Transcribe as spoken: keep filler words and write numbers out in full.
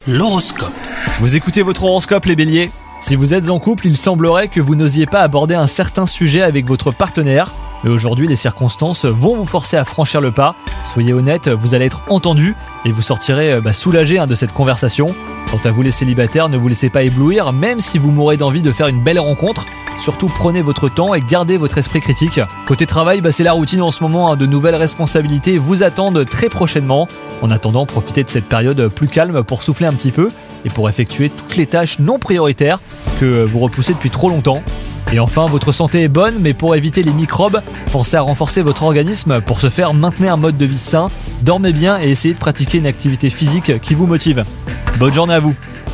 L'horoscope. Vous écoutez votre horoscope les béliers ? Si vous êtes en couple, il semblerait que vous n'osiez pas aborder un certain sujet avec votre partenaire. Mais aujourd'hui, les circonstances vont vous forcer à franchir le pas. Soyez honnête, vous allez être entendu et vous sortirez bah, soulagé hein, de cette conversation. Quant à vous les célibataires, ne vous laissez pas éblouir, même si vous mourrez d'envie de faire une belle rencontre. Surtout prenez votre temps et gardez votre esprit critique. Côté travail, bah, c'est la routine en ce moment, hein, de nouvelles responsabilités vous attendent très prochainement. En attendant, profitez de cette période plus calme pour souffler un petit peu et pour effectuer toutes les tâches non prioritaires que vous repoussez depuis trop longtemps. Et enfin, votre santé est bonne, mais pour éviter les microbes, pensez à renforcer votre organisme. Pour ce faire, maintenez un mode de vie sain, dormez bien et essayez de pratiquer une activité physique qui vous motive. Bonne journée à vous!